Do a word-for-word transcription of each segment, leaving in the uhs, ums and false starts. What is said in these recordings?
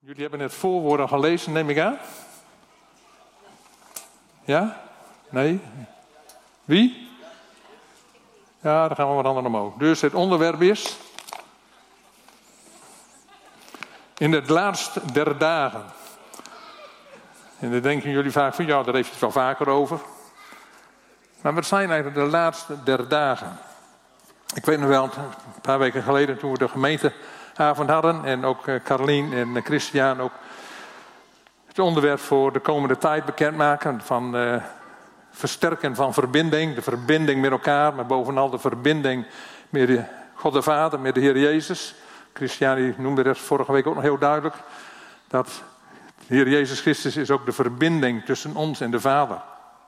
Jullie hebben het voorwoord al gelezen, neem ik aan. Ja? Nee? Wie? Ja, dan gaan we wat anders omhoog. Dus het onderwerp is... In het laatste der dagen. En dan denken jullie vaak van, ja, daar heeft hij het wel vaker over. Maar wat zijn eigenlijk de laatste der dagen? Ik weet nog wel, een paar weken geleden toen we de gemeenteavond hadden... en ook Carolien en Christian ook het onderwerp voor de komende tijd bekendmaken... van uh, versterken van verbinding, de verbinding met elkaar... maar bovenal de verbinding met de God de Vader, met de Heer Jezus... Christian noemde dat vorige week ook nog heel duidelijk... dat de Heer Jezus Christus is ook de verbinding tussen ons en de Vader.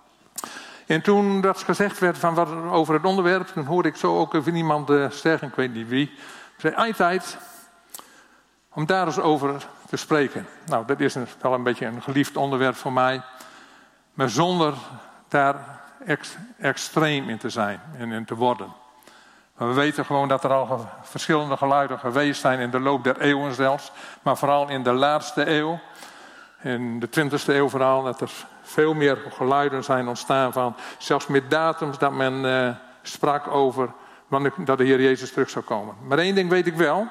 En toen dat gezegd werd van wat over het onderwerp... toen hoorde ik zo ook even iemand uh, zeggen, ik weet niet wie... zei, eindtijd om daar eens over te spreken. Nou, dat is een, wel een beetje een geliefd onderwerp voor mij... maar zonder daar ex, extreem in te zijn en in te worden... Maar we weten gewoon dat er al verschillende geluiden geweest zijn in de loop der eeuwen zelfs. Maar vooral in de laatste eeuw, in de twintigste eeuw vooral, dat er veel meer geluiden zijn ontstaan van... zelfs met datums dat men uh, sprak over wanneer dat de Heer Jezus terug zou komen. Maar één ding weet ik wel.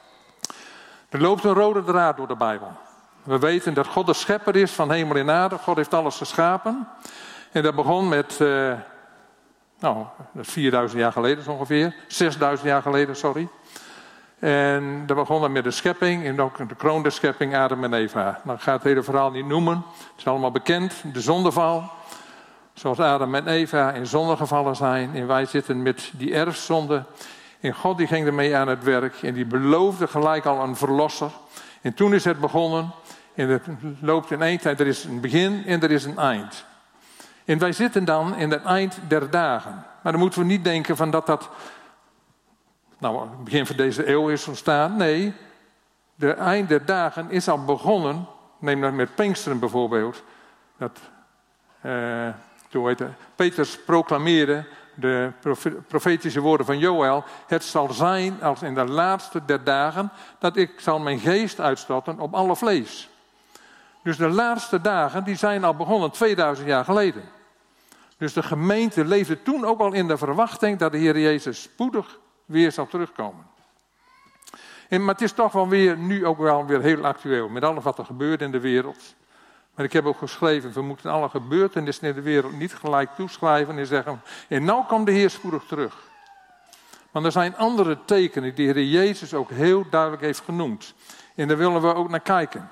Er loopt een rode draad door de Bijbel. We weten dat God de schepper is van hemel en aarde. God heeft alles geschapen. En dat begon met... Uh, Nou, dat is vierduizend jaar geleden zo ongeveer. zesduizend jaar geleden, sorry. En dat begon dan met de schepping. En ook de kroon der schepping, Adam en Eva. Nou, ik ga het hele verhaal niet noemen. Het is allemaal bekend. De zondeval. Zoals Adam en Eva in zonde gevallen zijn. En wij zitten met die erfzonde. En God die ging ermee aan het werk. En die beloofde gelijk al een verlosser. En toen is het begonnen. En het loopt in één tijd. Er is een begin en er is een eind. En wij zitten dan in het eind der dagen. Maar dan moeten we niet denken van dat dat... Nou, het begin van deze eeuw is ontstaan. Nee, de eind der dagen is al begonnen. Neem dat met Pinksteren bijvoorbeeld. Dat, uh, hoe heet het? Petrus proclameerde de profetische woorden van Joël. Het zal zijn als in de laatste der dagen... dat ik zal mijn geest uitstorten op alle vlees. Dus de laatste dagen die zijn al begonnen tweeduizend jaar geleden. Dus de gemeente leefde toen ook al in de verwachting dat de Heer Jezus spoedig weer zal terugkomen. En, maar het is toch wel weer, nu ook wel weer heel actueel met alles wat er gebeurt in de wereld. Maar ik heb ook geschreven, we moeten alle gebeurtenissen in de wereld niet gelijk toeschrijven en zeggen... en nou komt de Heer spoedig terug. Want er zijn andere tekenen die de Heer Jezus ook heel duidelijk heeft genoemd. En daar willen we ook naar kijken.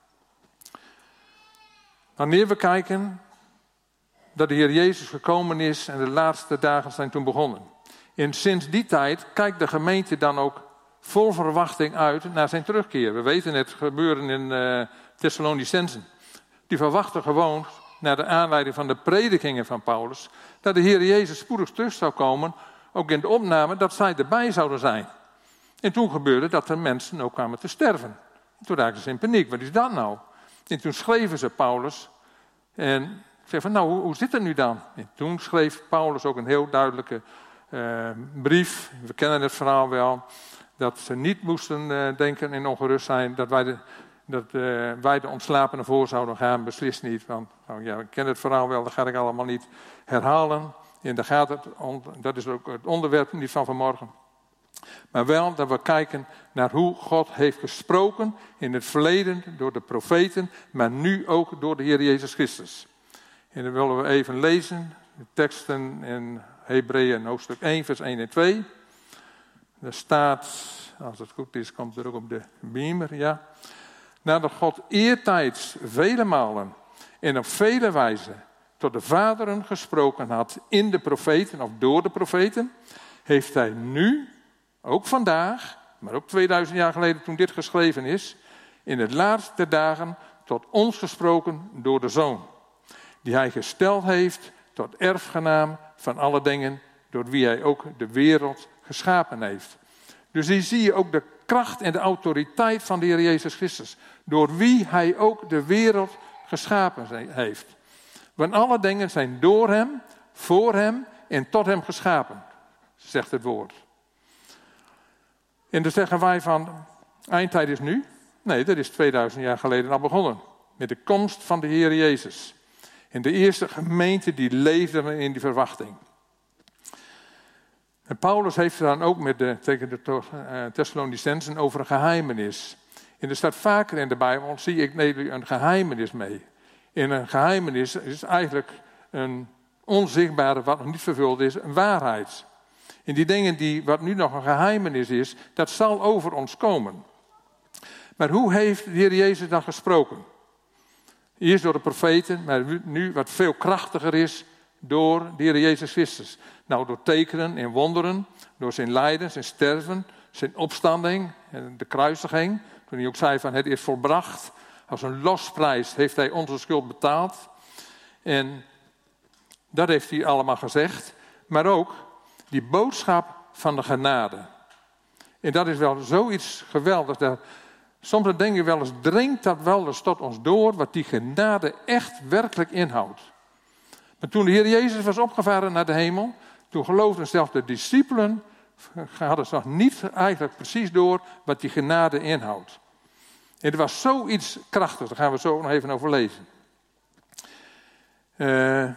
Wanneer we kijken dat de Heer Jezus gekomen is en de laatste dagen zijn toen begonnen. En sinds die tijd kijkt de gemeente dan ook vol verwachting uit naar zijn terugkeer. We weten het gebeuren in uh, Thessalonicensen. Die verwachten gewoon, naar de aanleiding van de predikingen van Paulus, dat de Heer Jezus spoedig terug zou komen, ook in de opname, dat zij erbij zouden zijn. En toen gebeurde dat er mensen ook kwamen te sterven. En toen raakten ze in paniek. Wat is dat nou? En toen schreven ze Paulus. En ik zei van, nou, hoe, hoe zit het nu dan? En toen schreef Paulus ook een heel duidelijke uh, brief. We kennen het verhaal wel. Dat ze niet moesten uh, denken en ongerust zijn dat wij de, dat, uh, wij de ontslapenen voor zouden gaan. Beslist niet. Want nou, ja, we kennen het verhaal wel, dat ga ik allemaal niet herhalen. En daar gaat het om, dat is ook het onderwerp niet van vanmorgen. Maar wel dat we kijken naar hoe God heeft gesproken in het verleden door de profeten, maar nu ook door de Heer Jezus Christus. En dan willen we even lezen, de teksten in Hebreeën hoofdstuk één, vers één en twee. Daar staat, als het goed is, komt er ook op de beamer, ja. Nadat God eertijds vele malen en op vele wijzen tot de vaderen gesproken had in de profeten of door de profeten, heeft hij nu... Ook vandaag, maar ook tweeduizend jaar geleden toen dit geschreven is, in het laatste dagen tot ons gesproken door de Zoon, die hij gesteld heeft tot erfgenaam van alle dingen, door wie hij ook de wereld geschapen heeft. Dus hier zie je ook de kracht en de autoriteit van de Heer Jezus Christus, door wie hij ook de wereld geschapen heeft. Want alle dingen zijn door hem, voor hem en tot hem geschapen, zegt het woord. En dan zeggen wij van, eindtijd is nu. Nee, dat is tweeduizend jaar geleden al begonnen. Met de komst van de Heer Jezus. In de eerste gemeente die leefde in die verwachting. En Paulus heeft dan ook met de, tegen de uh, Thessalonicensen over een geheimenis. En er staat vaker in de Bijbel, zie ik nee, een geheimenis mee. En een geheimenis is eigenlijk een onzichtbare, wat nog niet vervuld is, een waarheid. En die dingen die, wat nu nog een geheimenis is, dat zal over ons komen. Maar hoe heeft de Heer Jezus dan gesproken? Eerst door de profeten, maar nu wat veel krachtiger is door de Heer Jezus Christus. Nou, door tekenen en wonderen, door zijn lijden, zijn sterven, zijn opstanding en de kruisiging. Toen hij ook zei van het is volbracht. Als een losprijs heeft hij onze schuld betaald. En dat heeft hij allemaal gezegd. Maar ook die boodschap van de genade. En dat is wel zoiets geweldigs. Dat, soms denk je wel eens, dringt dat wel eens tot ons door wat die genade echt werkelijk inhoudt. Maar toen de Heer Jezus was opgevaren naar de hemel, toen geloofden zelfs de discipelen, hadden ze nog niet eigenlijk precies door wat die genade inhoudt. En er was zoiets krachtigs, daar gaan we zo nog even over lezen. Uh,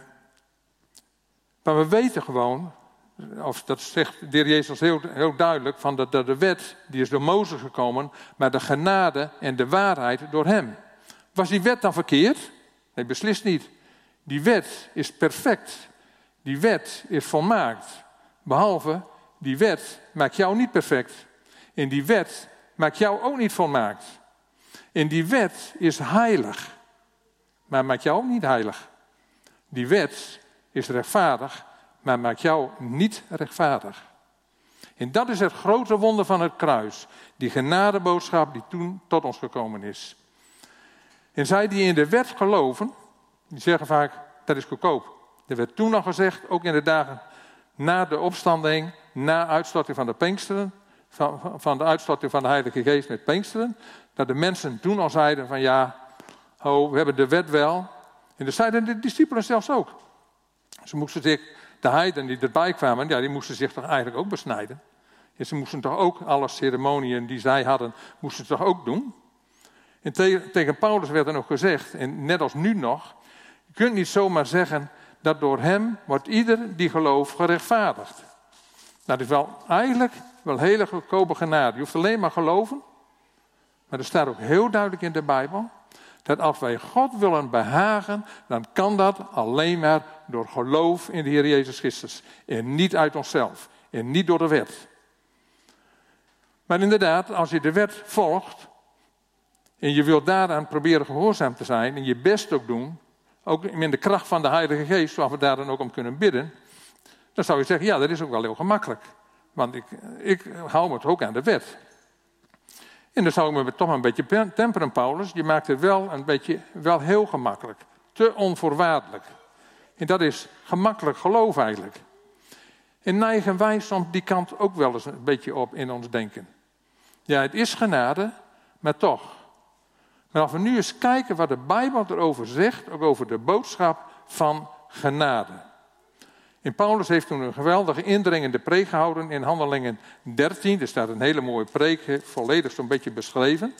maar we weten gewoon, of dat zegt de Heer Jezus heel, heel duidelijk, van dat, dat de wet, die is door Mozes gekomen, maar de genade en de waarheid door hem. Was die wet dan verkeerd? Nee, beslist niet. Die wet is perfect. Die wet is volmaakt. Behalve, die wet maakt jou niet perfect. En die wet maakt jou ook niet volmaakt. En die wet is heilig. Maar maakt jou ook niet heilig. Die wet is rechtvaardig, maar maakt jou niet rechtvaardig. En dat is het grote wonder van het kruis. Die genadeboodschap die toen tot ons gekomen is. En zij die in de wet geloven, die zeggen vaak, dat is goedkoop. Er werd toen al gezegd, ook in de dagen na de opstanding, na uitstorting van de Pinksteren, van, van de uitstorting van de Heilige Geest met Pinksteren, dat de mensen toen al zeiden van ja, oh, we hebben de wet wel. En dat zeiden de discipelen zelfs ook. Ze moesten zich, de heiden die erbij kwamen, ja, die moesten zich toch eigenlijk ook besnijden. En ze moesten toch ook alle ceremoniën die zij hadden, moesten ze toch ook doen. En tegen, tegen Paulus werd er nog gezegd, en net als nu nog, je kunt niet zomaar zeggen dat door hem wordt ieder die gelooft gerechtvaardigd. Nou, dat is wel eigenlijk wel hele goedkope genade. Je hoeft alleen maar geloven. Maar er staat ook heel duidelijk in de Bijbel dat als wij God willen behagen, dan kan dat alleen maar door geloof in de Heer Jezus Christus. En niet uit onszelf. En niet door de wet. Maar inderdaad, als je de wet volgt en je wilt daaraan proberen gehoorzaam te zijn en je best ook doen, ook in de kracht van de Heilige Geest, zoals we daar dan ook om kunnen bidden, dan zou je zeggen, ja, dat is ook wel heel gemakkelijk. Want ik, ik hou me ook aan de wet. En dan zou ik me toch een beetje temperen, Paulus. Je maakt het wel een beetje, wel heel gemakkelijk. Te onvoorwaardelijk. En dat is gemakkelijk geloof eigenlijk. En neigen wij soms die kant ook wel eens een beetje op in ons denken. Ja, het is genade, maar toch. Maar als we nu eens kijken wat de Bijbel erover zegt, ook over de boodschap van genade. En Paulus heeft toen een geweldige indringende preek gehouden in Handelingen dertien. Er staat een hele mooie preek, volledig zo'n beetje beschreven.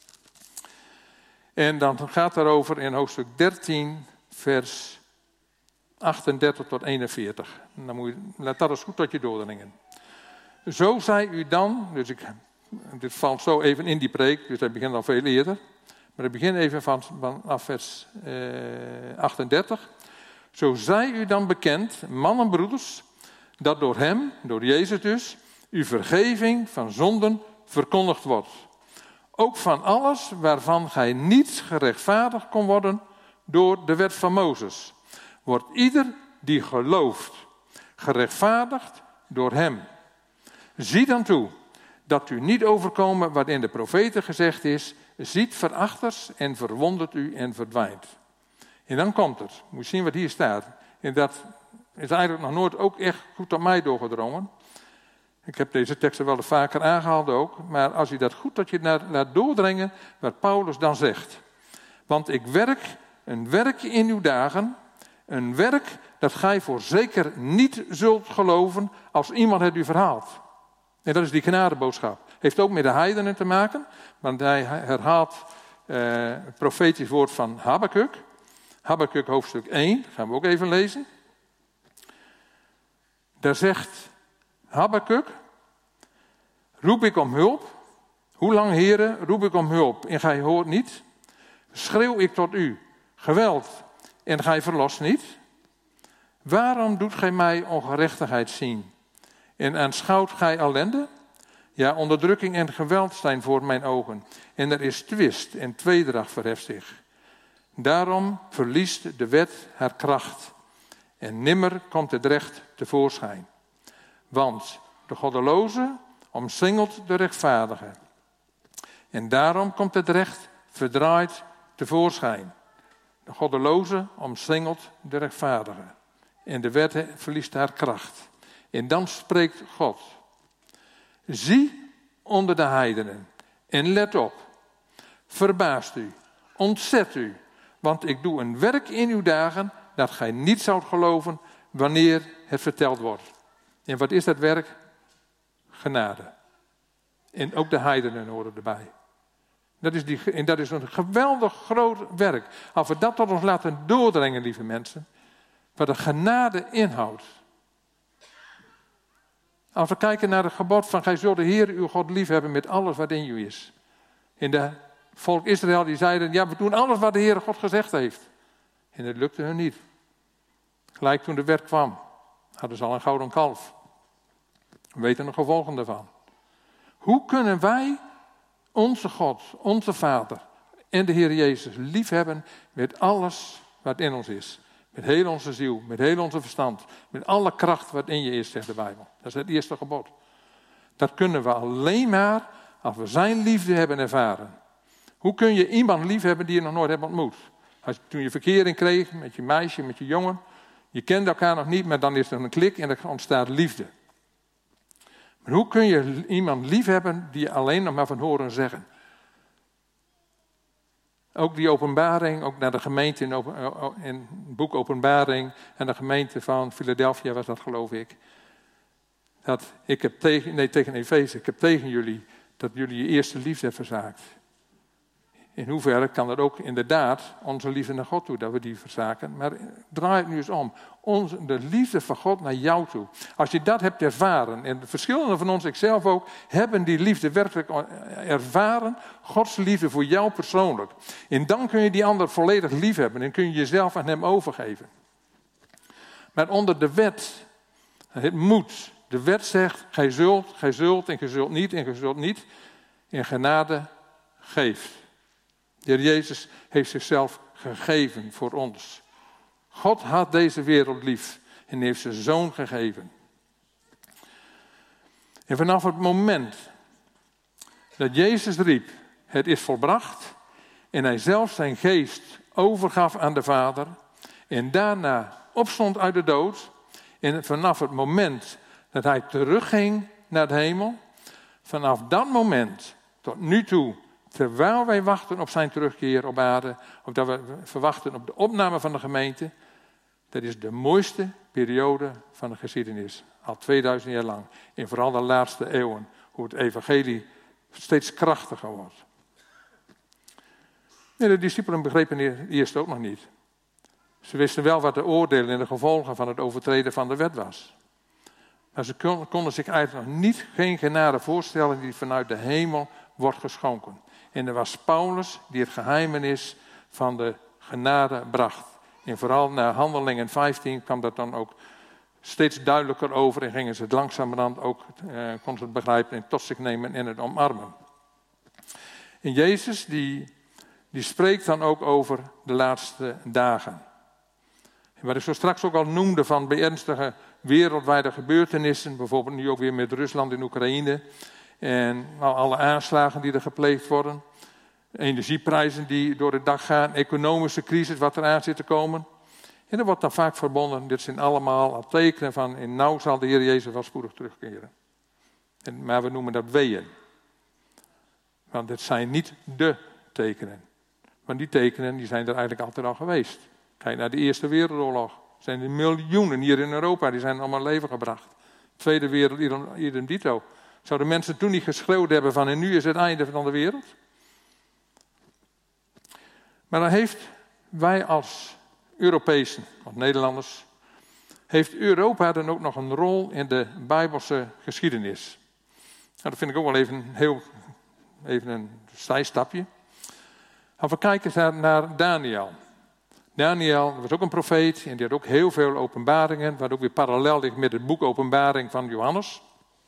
En dan gaat daarover in hoofdstuk dertien, vers achtendertig tot eenenveertig. En dan moet je, laat dat eens goed tot je doordringen. Zo zei u dan, dus ik, dit valt zo even in die preek, dus dat begint al veel eerder. Maar ik begin even van, vanaf vers eh, achtendertig. Zo zij u dan bekend, mannen en broeders, dat door hem, door Jezus dus, uw vergeving van zonden verkondigd wordt. Ook van alles waarvan gij niet gerechtvaardigd kon worden door de wet van Mozes. Wordt ieder die gelooft gerechtvaardigd door hem. Zie dan toe dat u niet overkomen wat in de profeten gezegd is, ziet verachters en verwondert u en verdwijnt. En dan komt het. Moet je zien wat hier staat. En dat is eigenlijk nog nooit ook echt goed tot mij doorgedrongen. Ik heb deze teksten wel vaker aangehaald ook. Maar als je dat goed tot je laat doordringen, wat Paulus dan zegt. Want ik werk een werk in uw dagen. Een werk dat gij voorzeker niet zult geloven als iemand het u verhaalt. En dat is die genadeboodschap. Heeft ook met de heidenen te maken, want hij herhaalt uh, het profetisch woord van Habakuk. Habakuk hoofdstuk één, gaan we ook even lezen. Daar zegt Habakuk, roep ik om hulp. Hoe lang, heren, roep ik om hulp en gij hoort niet? Schreeuw ik tot u, geweld, en gij verlost niet? Waarom doet gij mij ongerechtigheid zien? En aanschouwt gij ellende? Ja, onderdrukking en geweld zijn voor mijn ogen. En er is twist en tweedracht verheft zich. Daarom verliest de wet haar kracht. En nimmer komt het recht tevoorschijn. Want de goddeloze omsingelt de rechtvaardige. En daarom komt het recht verdraaid tevoorschijn. De goddeloze omsingelt de rechtvaardige. En de wet verliest haar kracht. En dan spreekt God. Zie onder de heidenen en let op. Verbaast u, ontzet u. Want ik doe een werk in uw dagen dat gij niet zoudt geloven wanneer het verteld wordt. En wat is dat werk? Genade. En ook de heidenen horen erbij. Dat is die, en dat is een geweldig groot werk. Als we dat tot ons laten doordringen, lieve mensen. Wat de genade inhoudt. Als we kijken naar het gebod van gij zult de Heer uw God lief hebben met alles wat in u is. In de volk Israël die zeiden, ja, we doen alles wat de Heere God gezegd heeft. En het lukte hun niet. Gelijk toen de wet kwam, hadden ze al een gouden kalf. We weten de gevolgen daarvan. Hoe kunnen wij onze God, onze Vader en de Heer Jezus lief hebben met alles wat in ons is? Met heel onze ziel, met heel onze verstand, met alle kracht wat in je is, zegt de Bijbel. Dat is het eerste gebod. Dat kunnen we alleen maar als we zijn liefde hebben ervaren. Hoe kun je iemand lief hebben die je nog nooit hebt ontmoet? Als, toen je verkering kreeg met je meisje, met je jongen. Je kende elkaar nog niet, maar dan is er een klik en er ontstaat liefde. Maar hoe kun je iemand lief hebben die je alleen nog maar van horen zeggen? Ook die openbaring, ook naar de gemeente in, open, in het boek Openbaring en de gemeente van Philadelphia was dat, geloof ik. Dat ik heb tegen, nee tegen Efeze, ik heb tegen jullie dat jullie je eerste liefde hebben verzaakt. In hoeverre kan dat ook inderdaad onze liefde naar God toe, dat we die verzaken. Maar draai het nu eens om. Onze, de liefde van God naar jou toe. Als je dat hebt ervaren, en de verschillende van ons, ikzelf ook, hebben die liefde werkelijk ervaren. Gods liefde voor jou persoonlijk. En dan kun je die ander volledig lief hebben en kun je jezelf aan hem overgeven. Maar onder de wet, het moet. De wet zegt, gij zult, gij zult en gij zult niet en gij zult niet. In genade geeft. De Heer Jezus heeft zichzelf gegeven voor ons. God had deze wereld lief en heeft zijn zoon gegeven. En vanaf het moment dat Jezus riep, het is volbracht, en hij zelf zijn geest overgaf aan de Vader, en daarna opstond uit de dood, en vanaf het moment dat hij terugging naar de hemel, vanaf dat moment tot nu toe, terwijl wij wachten op zijn terugkeer op aarde, of dat we verwachten op de opname van de gemeente, dat is de mooiste periode van de geschiedenis. Al tweeduizend jaar lang. En vooral de laatste eeuwen. Hoe het evangelie steeds krachtiger wordt. Nee, de discipelen begrepen eerst ook nog niet. Ze wisten wel wat de oordelen en de gevolgen van het overtreden van de wet was. Maar ze konden zich eigenlijk nog niet geen genade voorstellen die vanuit de hemel wordt geschonken. En er was Paulus die het geheimenis van de genade bracht. En vooral na Handelingen vijftien kwam dat dan ook steeds duidelijker over. En gingen ze het langzamerhand ook, eh, konden ze het begrijpen en tot zich nemen en het omarmen. En Jezus die, die spreekt dan ook over de laatste dagen. En wat ik zo straks ook al noemde van ernstige wereldwijde gebeurtenissen. Bijvoorbeeld nu ook weer met Rusland en Oekraïne. En alle aanslagen die er gepleegd worden. Energieprijzen die door het dak gaan. Economische crisis wat eraan zit te komen. En dat wordt dan vaak verbonden. Dit zijn allemaal al tekenen van in nauw zal de Heer Jezus wel spoedig terugkeren. En, maar we noemen dat weeën. Want het zijn niet de tekenen. Want die tekenen die zijn er eigenlijk altijd al geweest. Kijk naar de Eerste Wereldoorlog. Er zijn er miljoenen hier in Europa. Die zijn allemaal leven gebracht. Tweede Wereld, idem dito. Zouden mensen toen niet geschreeuwd hebben van en nu is het einde van de wereld? Maar dan heeft wij als Europezen, als Nederlanders, heeft Europa dan ook nog een rol in de Bijbelse geschiedenis. Nou, dat vind ik ook wel even, heel, even een zijstapje. Als we kijken naar, naar Daniel. Daniel was ook een profeet en die had ook heel veel openbaringen, wat ook weer parallel ligt met het boek Openbaring van Johannes.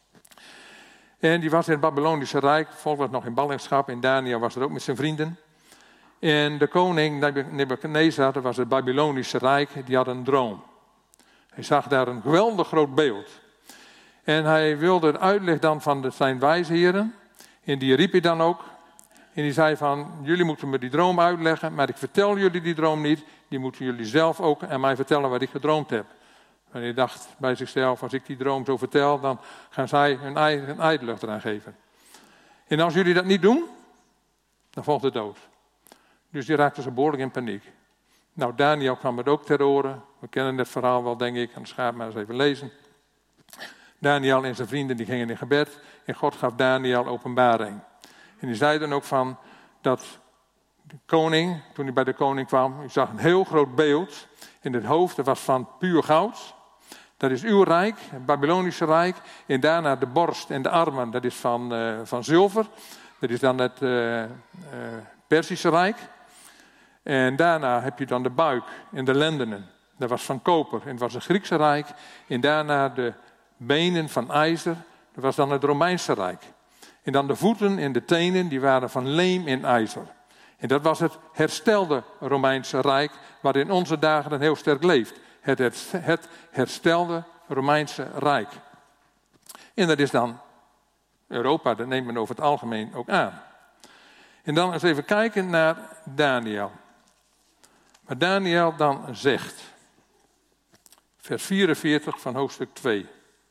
En die was in het Babylonische Rijk, het volk was nog in ballingschap en Daniel was er ook met zijn vrienden. En de koning Nebukadnezar, dat was het Babylonische Rijk, die had een droom. Hij zag daar een geweldig groot beeld. En hij wilde de uitleg dan van de, zijn wijsheren. En die riep hij dan ook. En die zei van, jullie moeten me die droom uitleggen, maar ik vertel jullie die droom niet. Die moeten jullie zelf ook aan mij vertellen wat ik gedroomd heb. En hij dacht bij zichzelf, als ik die droom zo vertel, dan gaan zij hun eigen uitleg eraan geven. En als jullie dat niet doen, dan volgt de dood. Dus die raakte ze behoorlijk in paniek. Nou, Daniel kwam het ook ter oren. We kennen het verhaal wel, denk ik. Anders ga ik maar eens even lezen. Daniel en zijn vrienden die gingen in gebed. En God gaf Daniel openbaring. En die zei dan ook van dat de koning, toen hij bij de koning kwam, hij zag een heel groot beeld. En het hoofd dat was van puur goud. Dat is uw rijk, het Babylonische Rijk. En daarna de borst en de armen, dat is van, uh, van zilver. Dat is dan het uh, uh, Perzische Rijk. En daarna heb je dan de buik en de lendenen. Dat was van koper en het was het Griekse Rijk. En daarna de benen van ijzer. Dat was dan het Romeinse Rijk. En dan de voeten en de tenen, die waren van leem en ijzer. En dat was het herstelde Romeinse Rijk, waar in onze dagen dan heel sterk leeft. Het, het, het herstelde Romeinse Rijk. En dat is dan Europa, dat neemt men over het algemeen ook aan. En dan eens even kijken naar Daniel. Wat Daniel dan zegt. Vers vierenveertig van hoofdstuk twee.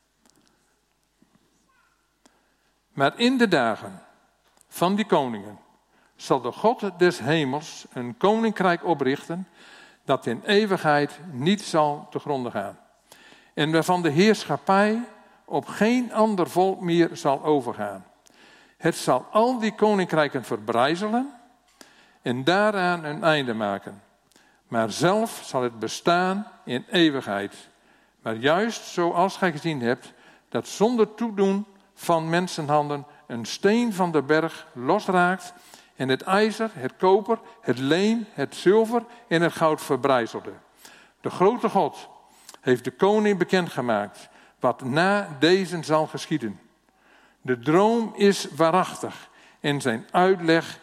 Maar in de dagen van die koningen zal de God des hemels een koninkrijk oprichten dat in eeuwigheid niet zal te gronde gaan. En waarvan de heerschappij op geen ander volk meer zal overgaan. Het zal al die koninkrijken verbrijzelen en daaraan een einde maken. Maar zelf zal het bestaan in eeuwigheid. Maar juist zoals gij gezien hebt, dat zonder toedoen van mensenhanden een steen van de berg losraakt en het ijzer, het koper, het leem, het zilver en het goud verbrijzelde. De grote God heeft de koning bekendgemaakt wat na deze zal geschieden. De droom is waarachtig en zijn uitleg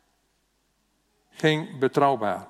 geen betrouwbaar.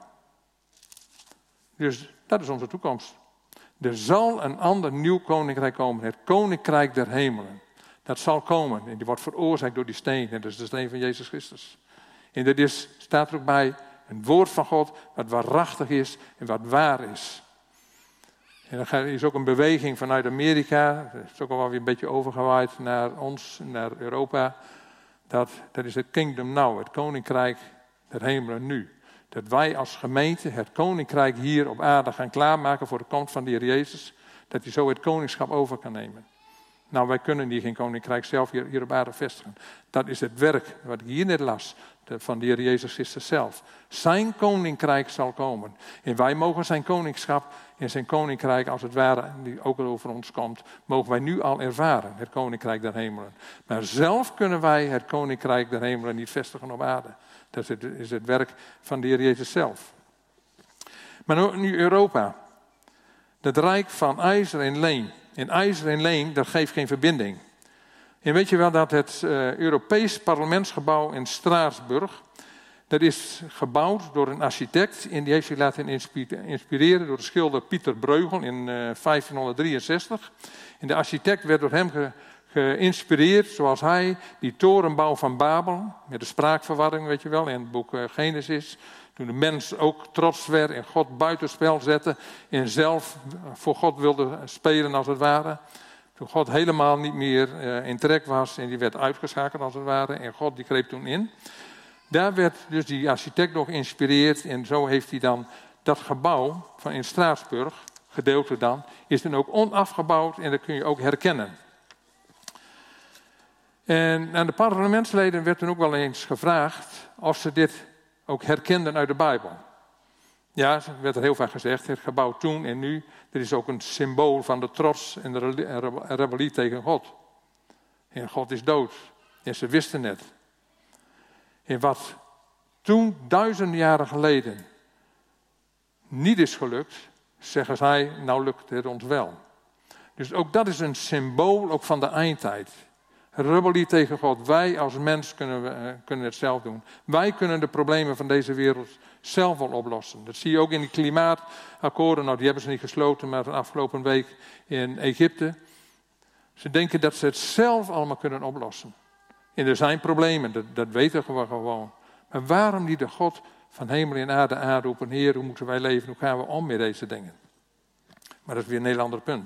Dus dat is onze toekomst. Er zal een ander nieuw koninkrijk komen, het koninkrijk der hemelen. Dat zal komen en die wordt veroorzaakt door die steen. En dat is de steen van Jezus Christus. En dat is, staat er ook bij, een woord van God wat waarachtig is en wat waar is. En er is ook een beweging vanuit Amerika, dat is ook al wel weer een beetje overgewaaid naar ons, naar Europa. Dat, dat is het kingdom now, het koninkrijk der hemelen nu. Dat wij als gemeente het koninkrijk hier op aarde gaan klaarmaken voor de komst van de Heer Jezus. Dat hij zo het koningschap over kan nemen. Nou, wij kunnen hier geen koninkrijk zelf hier, hier op aarde vestigen. Dat is het werk wat ik hier net las, de, van de Heer Jezus Christus zelf. Zijn koninkrijk zal komen. En wij mogen zijn koningschap en zijn koninkrijk, als het ware, die ook over ons komt, mogen wij nu al ervaren, het koninkrijk der hemelen. Maar zelf kunnen wij het koninkrijk der hemelen niet vestigen op aarde. Dat is het, is het werk van de Heer Jezus zelf. Maar nu Europa. Het rijk van ijzer en leem. En ijzer en leem, dat geeft geen verbinding. En weet je wel dat het uh, Europees parlementsgebouw in Straatsburg, dat is gebouwd door een architect en die heeft zich laten inspireren door de schilder Pieter Bruegel in uh, vijftienhonderddrieënzestig. En de architect werd door hem ge, geïnspireerd zoals hij die torenbouw van Babel, met de spraakverwarring, weet je wel, in het boek uh, Genesis. Toen de mens ook trots werd en God buitenspel zette en zelf voor God wilde spelen als het ware. Toen God helemaal niet meer uh, in trek was en die werd uitgeschakeld als het ware. En God die greep toen in. Daar werd dus die architect nog geïnspireerd en zo heeft hij dan dat gebouw van in Straatsburg, gedeelte dan, is dan ook onafgebouwd en dat kun je ook herkennen. En aan de parlementsleden werd toen ook wel eens gevraagd of ze dit ook herkenden uit de Bijbel. Ja, er werd er heel vaak gezegd, het gebouw toen en nu, dit is ook een symbool van de trots en de rebellie tegen God. En God is dood. En ze wisten het. En wat toen, duizenden jaren geleden, niet is gelukt, zeggen zij, nou lukt het ons wel. Dus ook dat is een symbool ook van de eindtijd. Rebellie tegen God. Wij als mens kunnen, we, kunnen het zelf doen. Wij kunnen de problemen van deze wereld zelf wel oplossen. Dat zie je ook in die klimaatakkoorden. Nou, die hebben ze niet gesloten, maar de afgelopen week in Egypte. Ze denken dat ze het zelf allemaal kunnen oplossen. En er zijn problemen, dat, dat weten we gewoon. Maar waarom niet de God van hemel en aarde aanroepen? Heer, hoe moeten wij leven? Hoe gaan we om met deze dingen? Maar dat is weer een heel ander punt.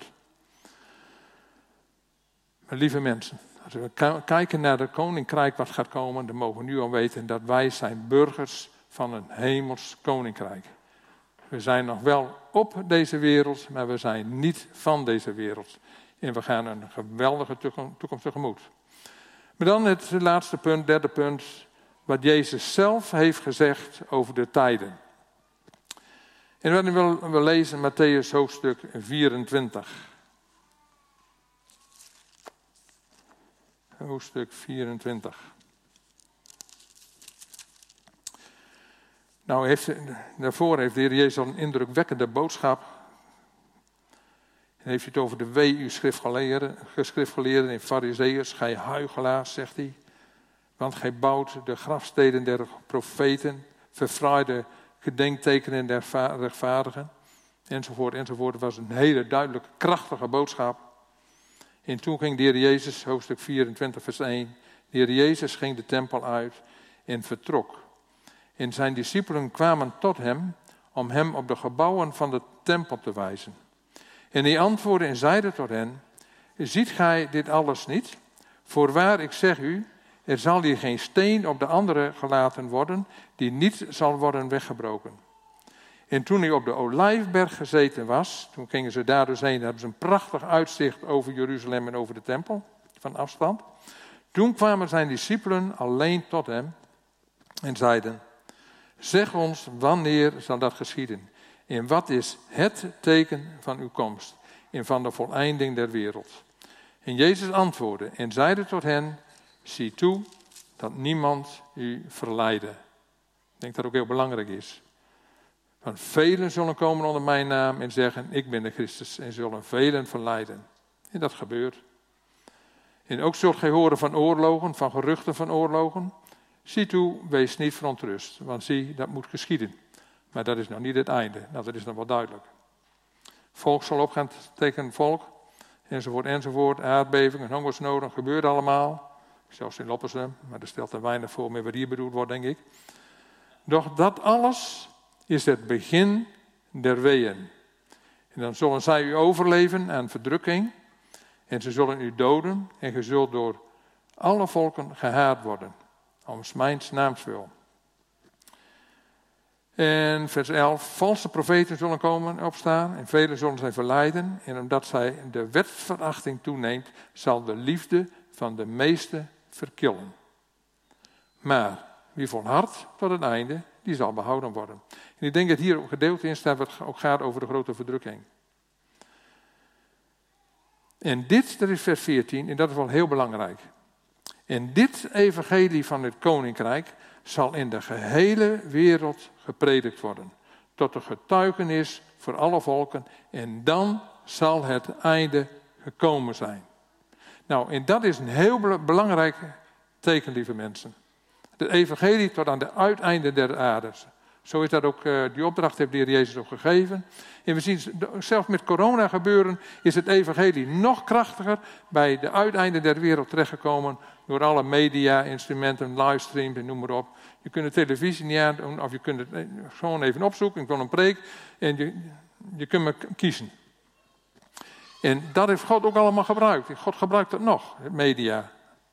Maar lieve mensen, als we kijken naar het koninkrijk wat gaat komen, dan mogen we nu al weten dat wij zijn burgers van een hemels koninkrijk. We zijn nog wel op deze wereld, maar we zijn niet van deze wereld. En we gaan een geweldige toekomst tegemoet. Maar dan het laatste punt, derde punt, wat Jezus zelf heeft gezegd over de tijden. En wat we willen lezen, Mattheüs hoofdstuk vierentwintig. Hoofdstuk vierentwintig. Nou, heeft, daarvoor heeft de Heer Jezus al een indrukwekkende boodschap. En heeft hij het over de wee u schriftgeleerden en farizeeërs, gij huichelaars, zegt hij. Want gij bouwt de grafsteden der profeten, verfraait de gedenktekenen der rechtvaardigen, enzovoort, enzovoort. Het was een hele duidelijke, krachtige boodschap. En toen ging de Heer Jezus, hoofdstuk vierentwintig, vers één. De Heer Jezus ging de tempel uit en vertrok. En zijn discipelen kwamen tot hem om hem op de gebouwen van de tempel te wijzen. En hij antwoordde en zeide tot hen, ziet gij dit alles niet? Voorwaar, ik zeg u, er zal hier geen steen op de andere gelaten worden, die niet zal worden weggebroken. En toen hij op de Olijfberg gezeten was, toen gingen ze daar dus heen, hebben ze een prachtig uitzicht over Jeruzalem en over de tempel, van afstand. Toen kwamen zijn discipelen alleen tot hem en zeiden, zeg ons, wanneer zal dat geschieden? En wat is het teken van uw komst en van de voleinding der wereld? En Jezus antwoordde en zeide tot hen, zie toe dat niemand u verleidde. Ik denk dat dat ook heel belangrijk is. Want velen zullen komen onder mijn naam en zeggen, ik ben de Christus, en zullen velen verleiden. En dat gebeurt. En ook zult gij horen van oorlogen, van geruchten van oorlogen. Zie toe, wees niet verontrust, want zie, dat moet geschieden. Maar dat is nog niet het einde, nou, dat is nog wel duidelijk. Volk zal opgaan tegen volk, enzovoort, enzovoort. Aardbevingen, hongersnoden, gebeurt allemaal. Zelfs in Loppersum, maar er stelt er weinig voor meer wat hier bedoeld wordt, denk ik. Doch dat alles is het begin der weeën. En dan zullen zij u overleven aan verdrukking. En ze zullen u doden. En ge zult door alle volken gehaat worden. Om mijns naams wil. En vers elf. Valse profeten zullen komen opstaan. En velen zullen zij verleiden. En omdat zij de wetverachting toeneemt, zal de liefde van de meesten verkillen. Maar wie volhardt tot het einde, die zal behouden worden. En ik denk dat hier ook een gedeelte in staat wat ook gaat over de grote verdrukking. En dit, dat is vers veertien, en dat is wel heel belangrijk. En dit evangelie van het koninkrijk zal in de gehele wereld gepredikt worden. Tot een getuigenis voor alle volken. En dan zal het einde gekomen zijn. Nou, en dat is een heel belangrijk teken, lieve mensen. Het evangelie tot aan de uiteinde der aarde. Zo is dat ook, die opdracht heeft de Heer Jezus ook gegeven. En we zien, zelfs met corona gebeuren, is het evangelie nog krachtiger bij de uiteinde der wereld terechtgekomen. Door alle media, instrumenten, livestreams en noem maar op. Je kunt de televisie niet aan doen, of je kunt het gewoon even opzoeken. Ik wil een preek en je, je kunt me kiezen. En dat heeft God ook allemaal gebruikt. God gebruikt dat nog, de media.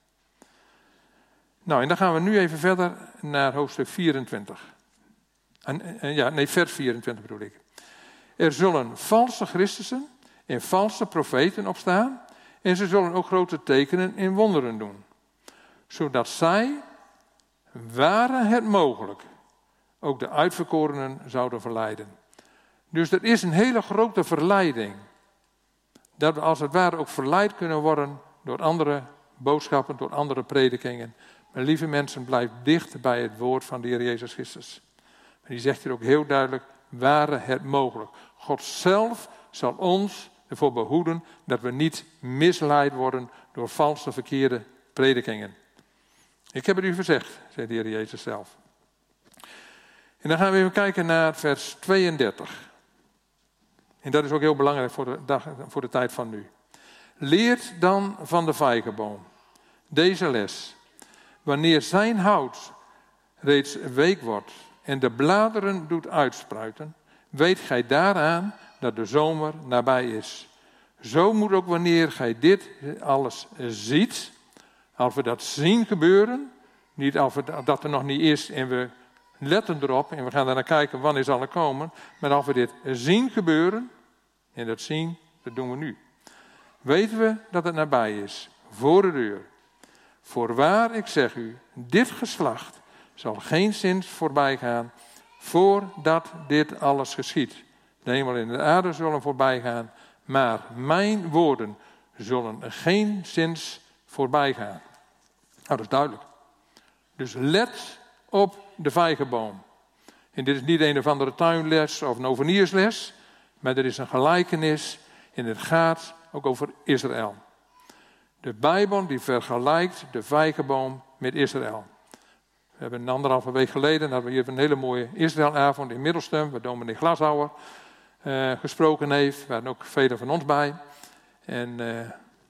Nou, en dan gaan we nu even verder naar hoofdstuk vierentwintig. En, en, ja, nee, vers vierentwintig bedoel ik. Er zullen valse Christussen en valse profeten opstaan. En ze zullen ook grote tekenen en wonderen doen. zodat zij, ware het mogelijk, ook de uitverkorenen zouden verleiden. Dus er is een hele grote verleiding. Dat we als het ware ook verleid kunnen worden door andere boodschappen, door andere predikingen. Maar lieve mensen, blijf dicht bij het woord van de Heer Jezus Christus. En die zegt hier ook heel duidelijk, ware het mogelijk. God zelf zal ons ervoor behoeden dat we niet misleid worden door valse, verkeerde predikingen. Ik heb het u verzegd, zei de Heer Jezus zelf. En dan gaan we even kijken naar vers tweeëndertig. En dat is ook heel belangrijk voor de, dag, voor de tijd van nu. Leert dan van de vijgenboom deze les. Wanneer zijn hout reeds week wordt en de bladeren doet uitspruiten, weet gij daaraan dat de zomer nabij is. Zo moet ook wanneer gij dit alles ziet, als we dat zien gebeuren, niet als we, dat er nog niet is en we letten erop en we gaan er naar kijken wanneer zal er komen, maar als we dit zien gebeuren, en dat zien, dat doen we nu, weten we dat het nabij is, voor de deur. Voorwaar, ik zeg u, dit geslacht zal geen zins voorbij gaan, voordat dit alles geschiet. De hemel en de aarde zullen voorbij gaan, maar mijn woorden zullen geen zins voorbij gaan. Nou, dat is duidelijk. Dus let op de vijgenboom. En dit is niet een of andere tuinles of een overniersles, maar er is een gelijkenis en het gaat ook over Israël. De Bijbel die vergelijkt de vijgenboom met Israël. We hebben een anderhalve week geleden hadden we hier een hele mooie Israëlavond in Middelstum, waar dominee Glashouwer uh, gesproken heeft. Waar waren ook velen van ons bij. En uh,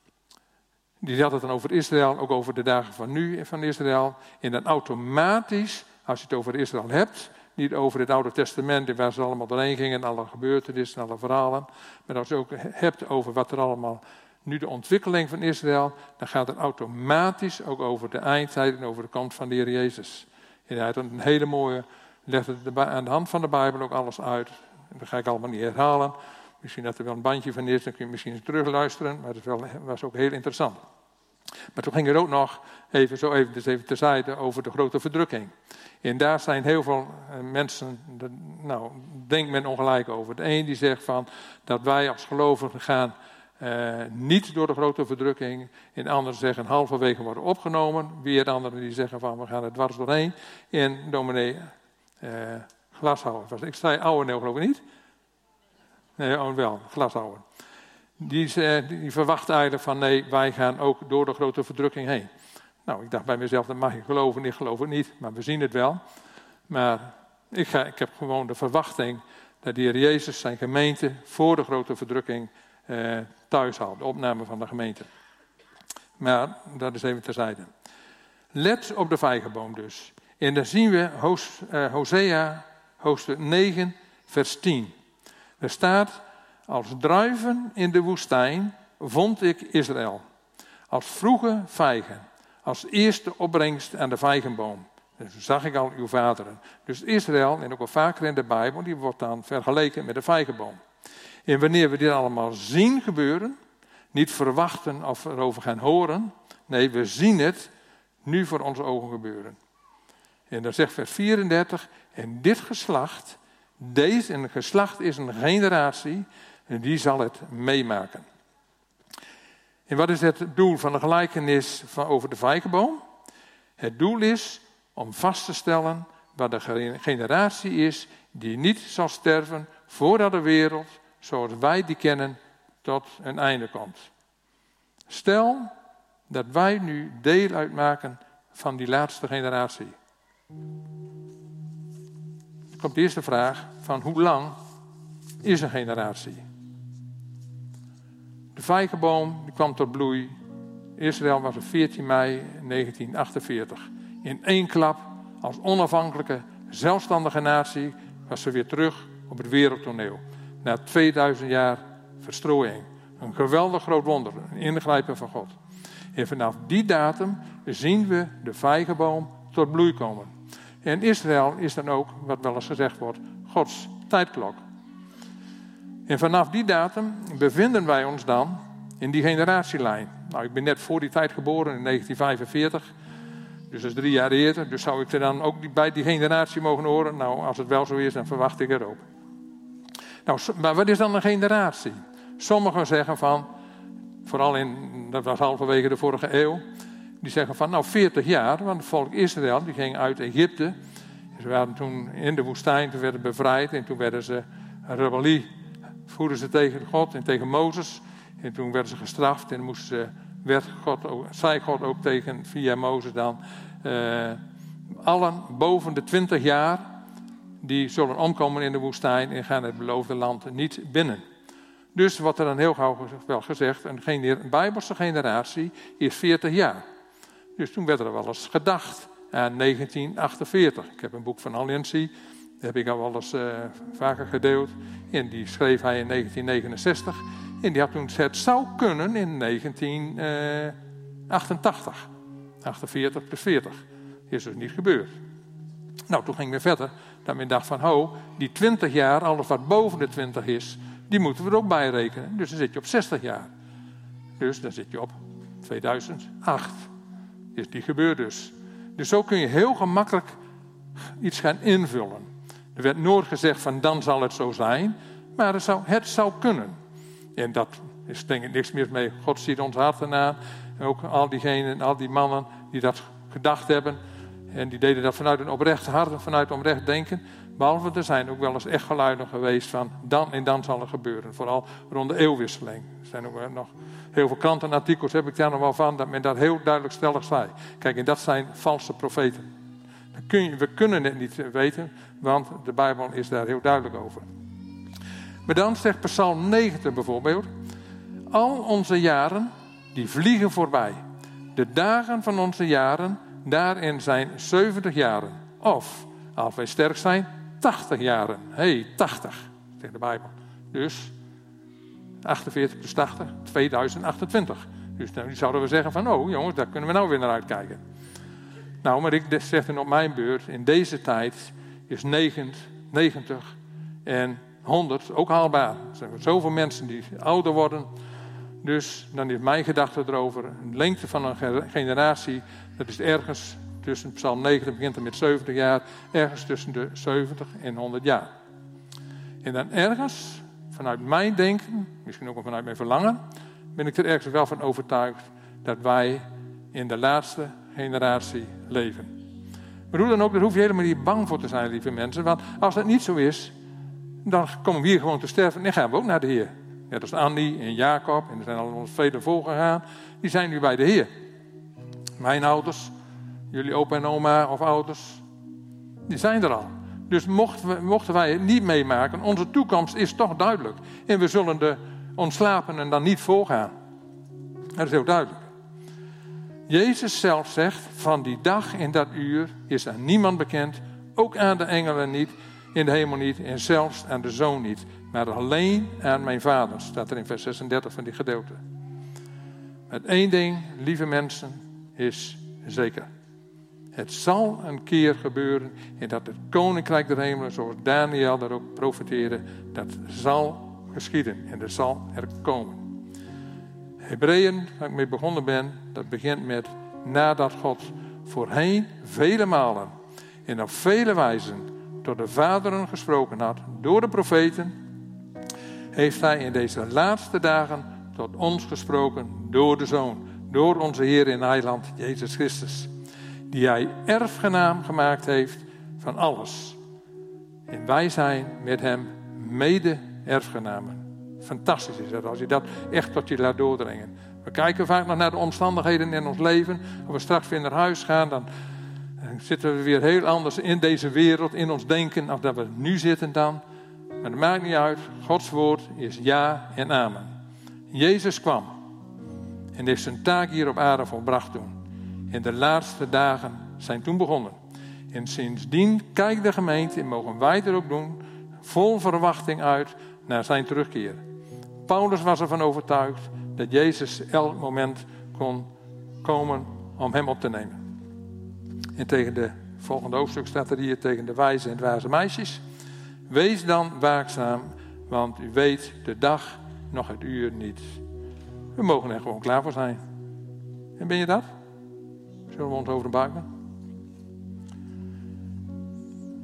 die had het dan over Israël, ook over de dagen van nu van Israël. En dan automatisch, als je het over Israël hebt, niet over het Oude Testament en waar ze allemaal doorheen gingen, alle gebeurtenissen, alle verhalen. Maar als je ook hebt over wat er allemaal, nu de ontwikkeling van Israël, dan gaat het automatisch ook over de eindtijd en over de komst van de Heer Jezus. En hij had een hele mooie, legde het aan de hand van de Bijbel ook alles uit. Dat ga ik allemaal niet herhalen. Misschien dat er wel een bandje van is, dan kun je misschien eens terugluisteren. Maar het was ook heel interessant. Maar toen ging er ook nog even zo even, dus even terzijde over de grote verdrukking. En daar zijn heel veel mensen, nou, denkt men ongelijk over. De een die zegt van dat wij als gelovigen gaan uh, niet door de grote verdrukking. En anderen zeggen halverwege worden opgenomen. Weer anderen die zeggen van we gaan er dwars doorheen. En dominee uh, Glashouwer, ik zei oude nee, geloof ik niet. Nee, oh, wel, Glashouwer. Die, die verwacht eigenlijk van nee, wij gaan ook door de grote verdrukking heen. Nou, ik dacht bij mezelf, dat mag je geloven, ik geloof het niet, maar we zien het wel. Maar ik, ga, ik heb gewoon de verwachting dat de Heer Jezus zijn gemeente voor de grote verdrukking eh, thuis houdt. De opname van de gemeente. Maar dat is even terzijde. Let op de vijgenboom dus. En dan zien we Hos, uh, Hosea, hoofdstuk negen, vers tien. Er staat, als druiven in de woestijn vond ik Israël. Als vroege vijgen. Als eerste opbrengst aan de vijgenboom. Dus zag ik al uw vaderen. Dus Israël, en ook al vaker in de Bijbel, die wordt dan vergeleken met de vijgenboom. En wanneer we dit allemaal zien gebeuren, niet verwachten of erover gaan horen. Nee, we zien het nu voor onze ogen gebeuren. En dan zegt vers vierendertig, en dit geslacht, deze, en een geslacht is een generatie, en die zal het meemaken. En wat is het doel van de gelijkenis van over de vijgenboom? Het doel is om vast te stellen wat de generatie is die niet zal sterven voordat de wereld, zoals wij die kennen, tot een einde komt. Stel dat wij nu deel uitmaken van die laatste generatie. Dan komt de eerste vraag van hoe lang is een generatie? De vijgenboom die kwam tot bloei. Israël was op veertien mei negentien achtenveertig. In één klap, als onafhankelijke, zelfstandige natie, was ze weer terug op het wereldtoneel. Na tweeduizend jaar verstrooiing. Een geweldig groot wonder, een ingrijpen van God. En vanaf die datum zien we de vijgenboom tot bloei komen. En Israël is dan ook, wat wel eens gezegd wordt, Gods tijdklok. En vanaf die datum bevinden wij ons dan in die generatielijn. Nou, ik ben net voor die tijd geboren, in negentien vijfenveertig. Dus dat is drie jaar eerder. Dus zou ik er dan ook bij die generatie mogen horen? Nou, als het wel zo is, dan verwacht ik er ook. Nou, maar wat is dan een generatie? Sommigen zeggen van, vooral in, dat was halverwege de vorige eeuw, die zeggen van, nou veertig jaar, want het volk Israël, die ging uit Egypte. Ze waren toen in de woestijn, toen werden bevrijd en toen werden ze een rebellie, voerden ze tegen God en tegen Mozes. En toen werden ze gestraft en moesten ze, werd God ook, zei God ook tegen, via Mozes dan, uh, allen boven de twintig jaar, die zullen omkomen in de woestijn en gaan het beloofde land niet binnen. Dus wordt er dan heel gauw wel gezegd, een, gener- een Bijbelse generatie is veertig jaar. Dus toen werd er wel eens gedacht aan negentien achtenveertig. Ik heb een boek van Alliantie, dat heb ik al wel eens uh, vaker gedeeld. En die schreef hij in negentien negenenzestig. En die had toen het zou kunnen in negentien achtentachtig. achtenveertig plus veertig. Is dus niet gebeurd. Nou, toen ging we verder. Dat men dacht van, ho, die twintig jaar, alles wat boven de twintig is, die moeten we er ook bij rekenen. Dus dan zit je op zestig jaar. Dus dan zit je op tweeduizend acht. Is niet gebeurd dus. Dus zo kun je heel gemakkelijk iets gaan invullen. Er werd nooit gezegd van, dan zal het zo zijn. Maar het zou, het zou kunnen. En dat is denk ik niks meer mee. God ziet ons harten aan. En ook al diegenen, al die mannen die dat gedacht hebben. En die deden dat vanuit een oprecht hart en vanuit een oprecht denken. Behalve er zijn ook wel eens echt geluiden geweest van dan en dan zal er gebeuren. Vooral rond de eeuwwisseling. Er zijn ook nog heel veel krantenartikels, heb ik daar nog wel van, dat men dat heel duidelijk stellig zei. Kijk, en dat zijn valse profeten. Dat kun je, we kunnen het niet weten, want de Bijbel is daar heel duidelijk over. Maar dan zegt Psalm negentig bijvoorbeeld. Al onze jaren, die vliegen voorbij. De dagen van onze jaren, daarin zijn zeventig jaren. Of, als wij sterk zijn, tachtig jaren. Hé, hey, tachtig, zegt de Bijbel. Dus achtenveertig plus tachtig, tweeduizend achtentwintig. Dus nou zouden we zeggen van, oh jongens, daar kunnen we nou weer naar uitkijken. Nou, maar ik zeg dan op mijn beurt, in deze tijd is negentig en honderd ook haalbaar. Er zijn zoveel mensen die ouder worden. Dus dan is mijn gedachte erover, een lengte van een generatie, dat is ergens tussen Psalm negentig begint er met zeventig jaar, ergens tussen de zeventig en honderd jaar. En dan ergens, vanuit mijn denken, misschien ook wel vanuit mijn verlangen, ben ik er ergens wel van overtuigd dat wij in de laatste generatie leven. Maar hoe dan ook, daar hoef je helemaal niet bang voor te zijn, lieve mensen. Want als dat niet zo is, dan komen we hier gewoon te sterven en dan gaan we ook naar de Heer. Net als Annie en Jacob, en er zijn al ons vele volgegaan, die zijn nu bij de Heer. Mijn ouders, jullie opa en oma of ouders, die zijn er al. Dus mochten, we, mochten wij het niet meemaken, onze toekomst is toch duidelijk. En we zullen de ontslapenen dan niet voorgaan. Dat is heel duidelijk. Jezus zelf zegt, van die dag en dat uur is aan niemand bekend, ook aan de engelen niet, in de hemel niet en zelfs aan de Zoon niet. Maar alleen aan mijn Vader, staat er in vers zesendertig van die gedeelte. Met één ding, lieve mensen, is zeker. Het zal een keer gebeuren en dat het koninkrijk der hemelen, zoals Daniel daar ook profeteerde, dat zal geschieden en dat zal er komen. Hebreeën, waar ik mee begonnen ben, dat begint met nadat God voorheen vele malen en op vele wijzen tot de vaderen gesproken had door de profeten, heeft hij in deze laatste dagen tot ons gesproken door de Zoon, door onze Heer en Heiland Jezus Christus, die hij erfgenaam gemaakt heeft van alles. En wij zijn met hem mede-erfgenamen. Fantastisch is dat, als je dat echt tot je laat doordringen. We kijken vaak nog naar de omstandigheden in ons leven. Als we straks weer naar huis gaan, dan zitten we weer heel anders in deze wereld, in ons denken, als dat we nu zitten dan. Maar dat maakt niet uit. Gods woord is ja en amen. Jezus kwam en heeft zijn taak hier op aarde volbracht toen. En de laatste dagen zijn toen begonnen. En sindsdien kijkt de gemeente, en mogen wij het er ook doen, vol verwachting uit naar zijn terugkeer. Paulus was ervan overtuigd dat Jezus elk moment kon komen om hem op te nemen. En tegen de volgende hoofdstuk staat er hier, tegen de wijze en dwaze meisjes: wees dan waakzaam, want u weet de dag, nog het uur niet. We mogen er gewoon klaar voor zijn. En ben je dat? Zullen we ons over de buik doen?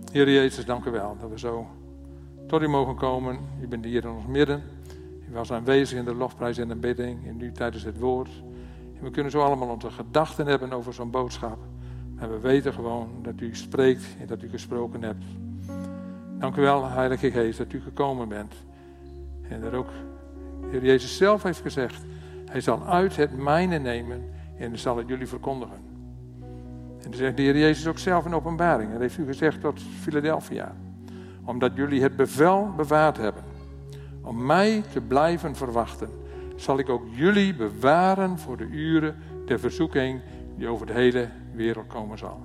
Heer Jezus, dank u wel dat we zo tot u mogen komen. U bent hier in ons midden. U was aanwezig in de lofprijs en de bidding. En nu tijdens het woord. En we kunnen zo allemaal onze gedachten hebben over zo'n boodschap. Maar we weten gewoon dat u spreekt en dat u gesproken hebt. Dank u wel, Heilige Geest, dat u gekomen bent. En dat ook Heer Jezus zelf heeft gezegd. Hij zal uit het mijne nemen en zal het jullie verkondigen. En dan zegt de Heer Jezus ook zelf in openbaring. Dat heeft u gezegd tot Philadelphia. Omdat jullie het bevel bewaard hebben. Om mij te blijven verwachten. Zal ik ook jullie bewaren voor de uren der verzoeking die over de hele wereld komen zal.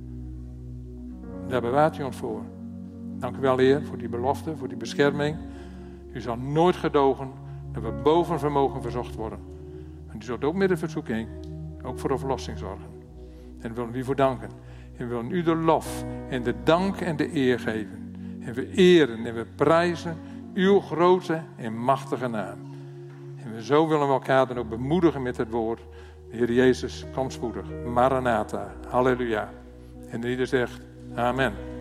Daar bewaart u ons voor. Dank u wel, Heer, voor die belofte, voor die bescherming. U zal nooit gedogen dat we boven vermogen verzocht worden. En u zult ook met de verzoeking, ook voor de verlossing zorgen. En we willen u voor danken. En we willen u de lof en de dank en de eer geven. En we eren en we prijzen uw grote en machtige naam. En we zo willen we elkaar dan ook bemoedigen met het woord. De Heer Jezus, kom spoedig. Maranatha. Halleluja. En ieder zegt, amen.